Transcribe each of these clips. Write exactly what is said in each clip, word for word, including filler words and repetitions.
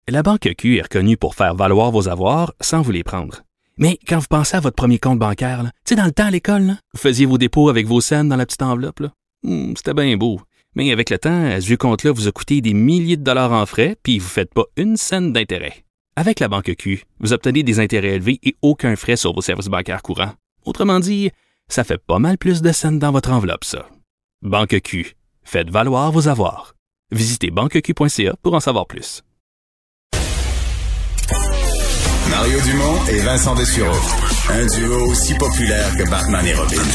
La Banque Q est reconnue pour faire valoir vos avoirs sans vous les prendre. Mais quand vous pensez à votre premier compte bancaire, tu sais, dans le temps à l'école, là, vous faisiez vos dépôts avec vos scènes dans la petite enveloppe. Là. Hum, c'était bien beau. Mais avec le temps, à ce vieux compte-là vous a coûté des milliers de dollars en frais, puis vous ne faites pas une scène d'intérêt. Avec la Banque Q, vous obtenez des intérêts élevés et aucun frais sur vos services bancaires courants. Autrement dit, ça fait pas mal plus de scènes dans votre enveloppe, ça. Banque Q. Faites valoir vos avoirs. Visitez banque q point c a pour en savoir plus. Mario Dumont et Vincent Dessureau. Un duo aussi populaire que Batman et Robin.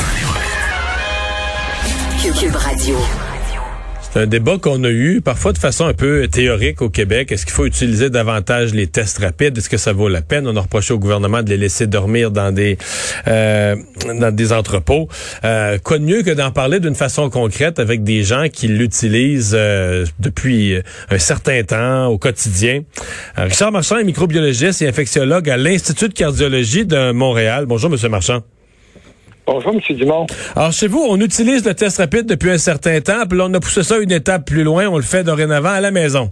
Cube Radio. C'est un débat qu'on a eu, parfois de façon un peu théorique au Québec. Est-ce qu'il faut utiliser davantage les tests rapides? Est-ce que ça vaut la peine? On a reproché au gouvernement de les laisser dormir dans des euh, dans des entrepôts. Euh, quoi de mieux que d'en parler d'une façon concrète avec des gens qui l'utilisent euh, depuis un certain temps, au quotidien. Euh, Richard Marchand est microbiologiste et infectiologue à l'Institut de cardiologie de Montréal. Bonjour, M. Marchand. Bonjour, M. Dumont. Alors, chez vous, on utilise le test rapide depuis un certain temps, puis là, on a poussé ça une étape plus loin, on le fait dorénavant à la maison.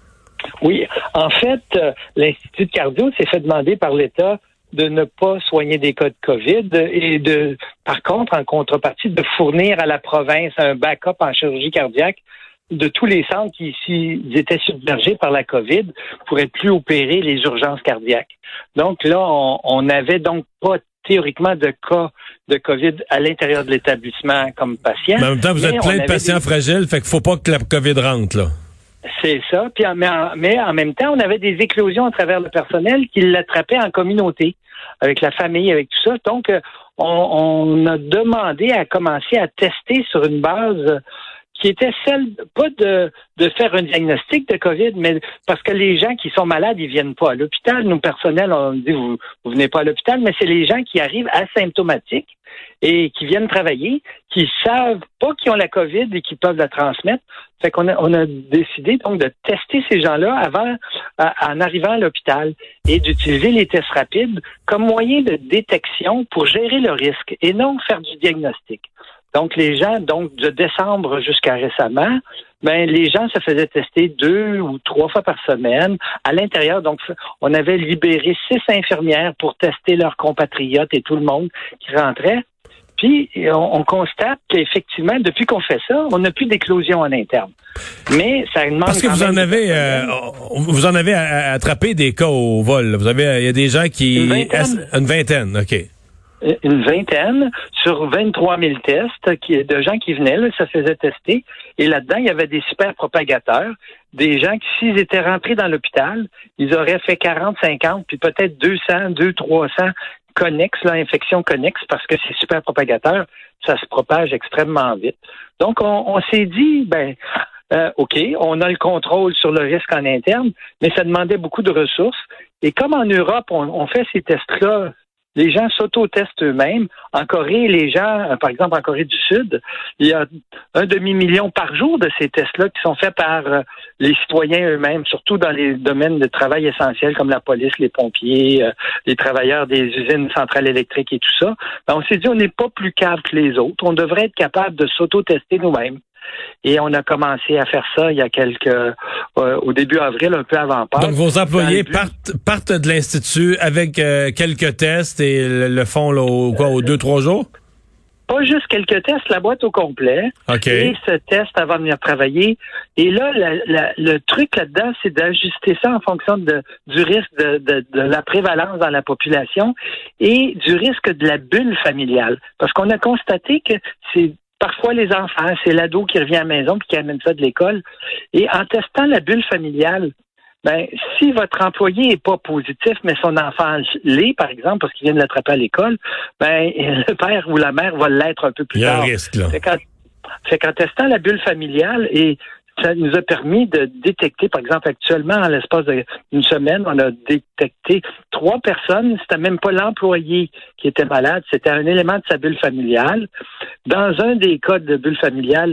Oui, en fait, euh, l'Institut de cardio s'est fait demander par l'État de ne pas soigner des cas de COVID et de, par contre, en contrepartie, de fournir à la province un backup en chirurgie cardiaque de tous les centres qui, s'ils étaient submergés par la COVID, pourraient plus opérer les urgences cardiaques. Donc là, on, on n'avait donc pas théoriquement de cas de COVID à l'intérieur de l'établissement comme patient. Mais en même temps, vous êtes plein de patients des... fragiles, fait qu'il faut pas que la COVID rentre, là. C'est ça. Puis, mais, en, mais en même temps, on avait des éclosions à travers le personnel qui l'attrapaient en communauté, avec la famille, avec tout ça. Donc, on, on a demandé à commencer à tester sur une base qui était celle, pas de, de faire un diagnostic de COVID, mais parce que les gens qui sont malades, ils viennent pas à l'hôpital. Nous, personnel, on dit, vous, vous venez pas à l'hôpital, mais c'est les gens qui arrivent asymptomatiques et qui viennent travailler, qui savent pas qu'ils ont la COVID et qui peuvent la transmettre. Fait qu'on a, on a décidé, donc, de tester ces gens-là avant, à, en arrivant à l'hôpital et d'utiliser les tests rapides comme moyen de détection pour gérer le risque et non faire du diagnostic. Donc, les gens, donc, de décembre jusqu'à récemment, ben, les gens se faisaient tester deux ou trois fois par semaine à l'intérieur. Donc, on avait libéré six infirmières pour tester leurs compatriotes et tout le monde qui rentrait. Puis, on, on constate qu'effectivement, depuis qu'on fait ça, on n'a plus d'éclosion en interne. Mais ça demande. Parce que vous en avez, euh, vous en avez attrapé des cas au vol. Vous avez, il y a des gens qui. Une vingtaine. Une vingtaine, OK. Une vingtaine sur vingt-trois mille tests qui, de gens qui venaient, là, ça faisait tester. Et là-dedans, il y avait des super propagateurs, des gens qui, s'ils étaient rentrés dans l'hôpital, ils auraient fait quarante, cinquante, puis peut-être deux cents, deux cents, trois cents connexes, là, infections connexes, parce que ces super propagateurs, ça se propage extrêmement vite. Donc, on, on s'est dit, ben, euh, OK, on a le contrôle sur le risque en interne, mais ça demandait beaucoup de ressources. Et comme en Europe, on, on fait ces tests-là, les gens s'auto-testent eux-mêmes. En Corée, les gens, par exemple en Corée du Sud, il y a un demi-million par jour de ces tests-là qui sont faits par les citoyens eux-mêmes, surtout dans les domaines de travail essentiels comme la police, les pompiers, les travailleurs des usines centrales électriques et tout ça. Ben, on s'est dit, on n'est pas plus câble que les autres. On devrait être capable de s'auto-tester nous-mêmes. Et on a commencé à faire ça il y a quelques, euh, au début avril, un peu avant Pâques. Donc vos employés partent, partent de l'Institut avec euh, quelques tests et le, le font là, au, quoi, aux deux, trois jours? Pas juste quelques tests, la boîte au complet. OK. Et ce test avant de venir travailler. Et là, la, la, le truc là-dedans, c'est d'ajuster ça en fonction de, du risque de, de, de la prévalence dans la population et du risque de la bulle familiale. Parce qu'on a constaté que c'est parfois les enfants, c'est l'ado qui revient à la maison puis qui amène ça de l'école. Et en testant la bulle familiale, ben, si votre employé est pas positif, mais son enfant l'est, par exemple, parce qu'il vient de l'attraper à l'école, ben, le père ou la mère va l'être un peu plus tard. Il y a un risque, là. Fait qu'en, fait qu'en testant la bulle familiale, et ça nous a permis de détecter, par exemple, actuellement, en l'espace d'une semaine, on a détecté trois personnes. C'était même pas l'employé qui était malade, c'était un élément de sa bulle familiale. Dans un des cas de bulle familiale,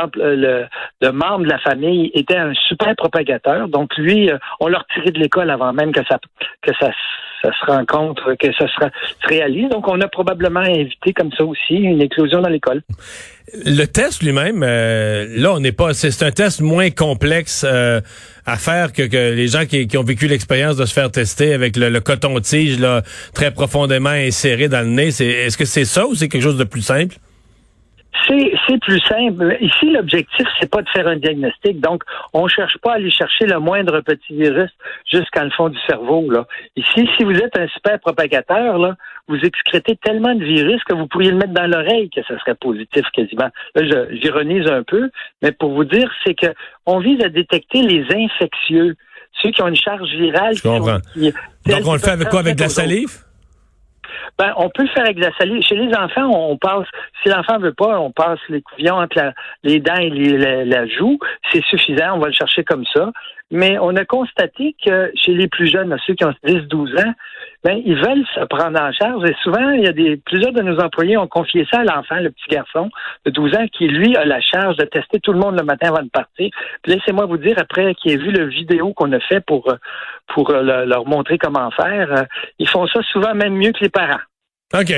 le, le membre de la famille était un super propagateur. Donc, lui, on l'a retiré de l'école avant même que ça, que ça ça se rencontre, que ça sera, se réalise. Donc, on a probablement évité comme ça aussi une éclosion dans l'école. Le test lui-même, euh, là, on n'est pas. C'est, c'est un test moins complexe euh, à faire que, que les gens qui, qui ont vécu l'expérience de se faire tester avec le, le coton-tige là très profondément inséré dans le nez. C'est, est-ce que c'est ça ou c'est quelque chose de plus simple? C'est, c'est plus simple. Ici, l'objectif, c'est pas de faire un diagnostic. Donc, on cherche pas à aller chercher le moindre petit virus jusqu'à le fond du cerveau, là. Ici, si vous êtes un super propagateur, là, vous excrétez tellement de virus que vous pourriez le mettre dans l'oreille que ça serait positif quasiment. Là, je, j'ironise un peu, mais pour vous dire, c'est que on vise à détecter les infectieux, ceux qui ont une charge virale. Je comprends. Qui, Donc, on le fait avec quoi? Avec de la salive? Ben, on peut le faire avec de la salive. Chez les enfants, on passe, si l'enfant veut pas, on passe les couvillons entre la, les dents et les, la, la joue. C'est suffisant, on va le chercher comme ça. Mais on a constaté que chez les plus jeunes, ceux qui ont dix douze ans, ben, ils veulent se prendre en charge. Et souvent, il y a des, plusieurs de nos employés ont confié ça à l'enfant, le petit garçon de douze ans, qui, lui, a la charge de tester tout le monde le matin avant de partir. Puis laissez-moi vous dire, après qu'il ait vu le vidéo qu'on a fait pour, pour le, leur montrer comment faire, ils font ça souvent même mieux que les parents. OK.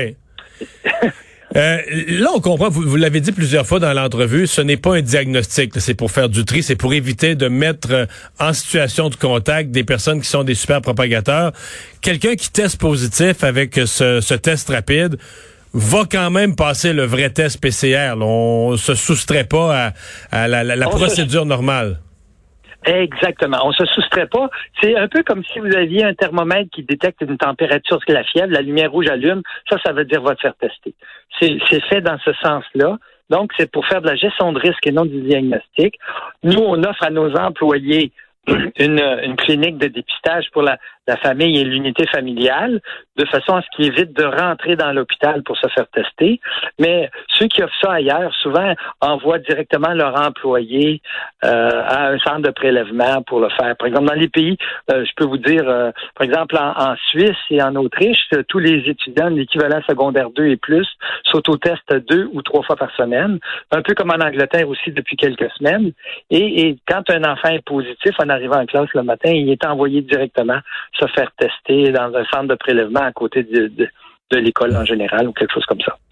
Euh, là, on comprend, vous, vous l'avez dit plusieurs fois dans l'entrevue, ce n'est pas un diagnostic, là, c'est pour faire du tri, c'est pour éviter de mettre en situation de contact des personnes qui sont des super propagateurs. Quelqu'un qui teste positif avec ce, ce test rapide va quand même passer le vrai test P C R. Là. On se soustrait pas à, à la, la, la procédure se... normale. Exactement. On se soustrait pas. C'est un peu comme si vous aviez un thermomètre qui détecte une température, que la fièvre, la lumière rouge allume. Ça, ça veut dire va te faire tester. C'est, c'est fait dans ce sens-là. Donc, c'est pour faire de la gestion de risque et non du diagnostic. Nous, on offre à nos employés une, une clinique de dépistage pour la, la famille et l'unité familiale, de façon à ce qu'ils évitent de rentrer dans l'hôpital pour se faire tester. Mais ceux qui offrent ça ailleurs, souvent, envoient directement leur employé euh, à un centre de prélèvement pour le faire. Par exemple, dans les pays, euh, je peux vous dire, euh, par exemple, en, en Suisse et en Autriche, tous les étudiants de l'équivalent secondaire deux et plus s'autotestent deux ou trois fois par semaine, un peu comme en Angleterre aussi depuis quelques semaines. Et, et quand un enfant est positif, en arrivant en classe le matin, il est envoyé directement se faire tester dans un centre de prélèvement à côté de, de, de l'école en général ou quelque chose comme ça.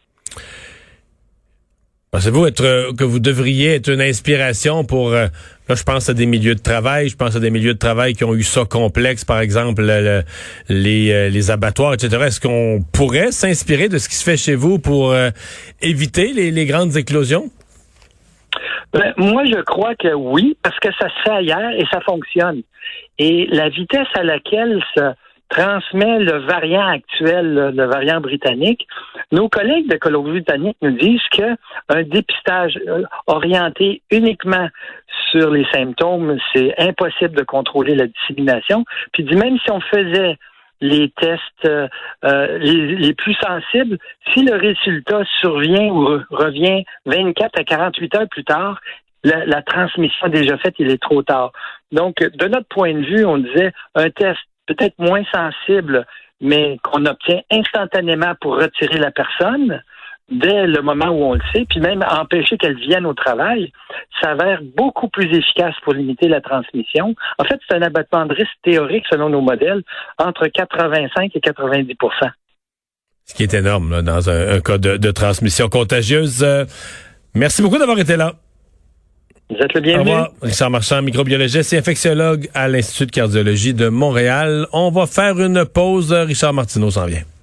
Pensez-vous être, que vous devriez être une inspiration pour, euh, là je pense à des milieux de travail, je pense à des milieux de travail qui ont eu ça complexe, par exemple le, le, les, euh, les abattoirs, et cetera. Est-ce qu'on pourrait s'inspirer de ce qui se fait chez vous pour euh, éviter les, les grandes éclosions? Ben, moi, je crois que oui, parce que ça se fait ailleurs et ça fonctionne. Et la vitesse à laquelle se transmet le variant actuel, le variant britannique, nos collègues de Colombie-Britannique nous disent que un dépistage orienté uniquement sur les symptômes, c'est impossible de contrôler la dissémination. Puis dit même si on faisait les tests euh, les, les plus sensibles, si le résultat survient ou re- revient vingt-quatre à quarante-huit heures plus tard, la, la transmission déjà faite, il est trop tard. Donc, de notre point de vue, on disait un test peut-être moins sensible, mais qu'on obtient instantanément pour retirer la personne dès le moment où on le sait, puis même empêcher qu'elle vienne au travail, s'avère beaucoup plus efficace pour limiter la transmission. En fait, c'est un abattement de risque théorique, selon nos modèles, entre quatre-vingt-cinq et quatre-vingt-dix pour cent. Ce qui est énorme là, dans un, un cas de, de transmission contagieuse. Euh, merci beaucoup d'avoir été là. Vous êtes le bienvenu. Au revoir. Richard Marchand, microbiologiste et infectiologue à l'Institut de cardiologie de Montréal. On va faire une pause. Richard Martineau s'en vient.